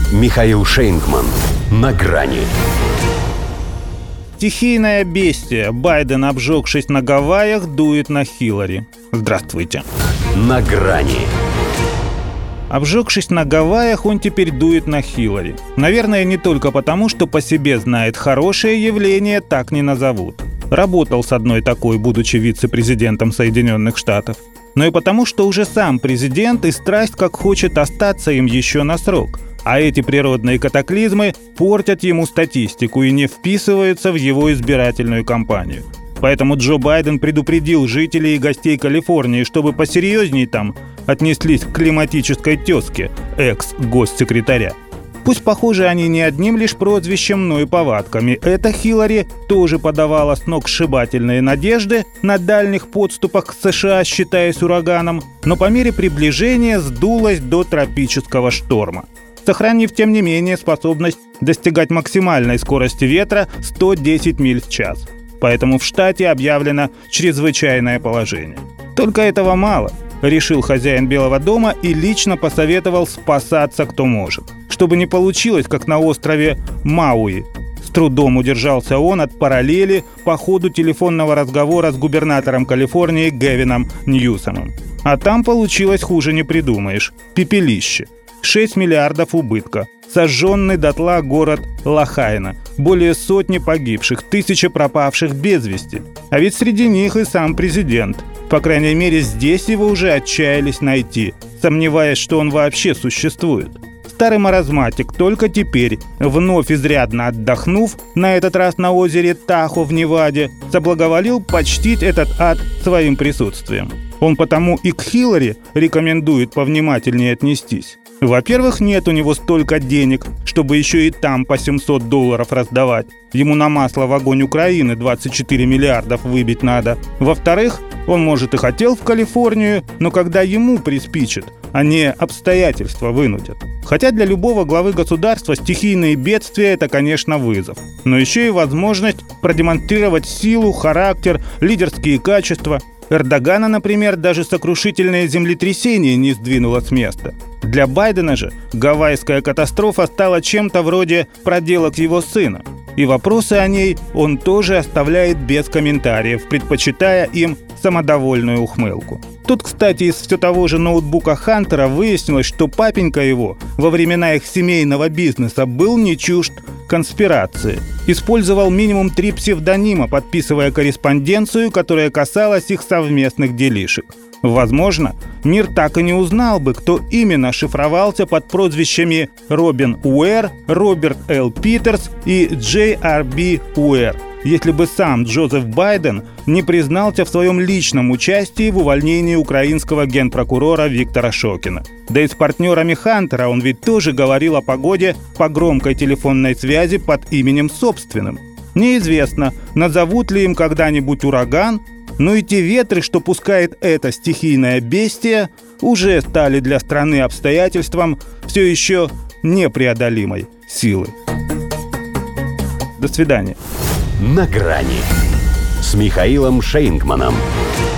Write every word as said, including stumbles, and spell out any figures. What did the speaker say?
Михаил Шейнгман. На грани. Стихийное бестие. Байден, обжегшись на Гавайях, дует на Хиллари. Здравствуйте. На грани. Обжегшись на Гавайях, он теперь дует на Хиллари. Наверное, не только потому, что по себе знает, хорошее явление так не назовут. Работал с одной такой, будучи вице-президентом Соединенных Штатов. Но и потому, что уже сам президент и страсть как хочет остаться им еще на срок. А эти природные катаклизмы портят ему статистику и не вписываются в его избирательную кампанию. Поэтому Джо Байден предупредил жителей и гостей Калифорнии, чтобы посерьезней там отнеслись к климатической тезке экс-госсекретаря. Пусть похожи они не одним лишь прозвищем, но и повадками. Эта Хиллари тоже подавала сногсшибательные надежды на дальних подступах к США, считаясь ураганом, но по мере приближения сдулась до тропического шторма, сохранив, тем не менее, способность достигать максимальной скорости ветра сто десять миль в час. Поэтому в штате объявлено чрезвычайное положение. Только этого мало, решил хозяин Белого дома и лично посоветовал спасаться кто может. Чтобы не получилось, как на острове Мауи. С трудом удержался он от параллели по ходу телефонного разговора с губернатором Калифорнии Гэвином Ньюсомом. А там получилось хуже не придумаешь. Пепелище. шесть миллиардов убытка. Сожженный дотла город Лахайна. Более сотни погибших, тысячи пропавших без вести. А ведь среди них и сам президент. По крайней мере, здесь его уже отчаялись найти, сомневаясь, что он вообще существует. Старый маразматик только теперь, вновь изрядно отдохнув, на этот раз на озере Тахо в Неваде, соблаговолил почтить этот ад своим присутствием. Он потому и к Хиллари рекомендует повнимательнее отнестись. Во-первых, нет у него столько денег, чтобы еще и там по семьсот долларов раздавать. Ему на масло в огонь Украины двадцать четыре миллиардов выбить надо. Во-вторых, он, может, и хотел в Калифорнию, но когда ему приспичит, а не обстоятельства вынудят. Хотя для любого главы государства стихийные бедствия – это, конечно, вызов. Но еще и возможность продемонстрировать силу, характер, лидерские качества. Эрдогана, например, даже сокрушительное землетрясение не сдвинуло с места. Для Байдена же гавайская катастрофа стала чем-то вроде проделок его сына. И вопросы о ней он тоже оставляет без комментариев, предпочитая им самодовольную ухмылку. Тут, кстати, из все того же ноутбука Хантера выяснилось, что папенька его во времена их семейного бизнеса был не чужд конспирации. Использовал минимум три псевдонима, подписывая корреспонденцию, которая касалась их совместных делишек. Возможно, мир так и не узнал бы, кто именно шифровался под прозвищами Робин Уэр, Роберт Л. Питерс и Джей Ар Би Уэр, если бы сам Джозеф Байден не признался в своем личном участии в увольнении украинского генпрокурора Виктора Шокина. Да и с партнерами Хантера он ведь тоже говорил о погоде по громкой телефонной связи под именем собственным. Неизвестно, назовут ли им когда-нибудь ураган, но и те ветры, что пускает это стихийное бестие, уже стали для страны обстоятельством все еще непреодолимой силы. До свидания. На грани с Михаилом Шейнгманом.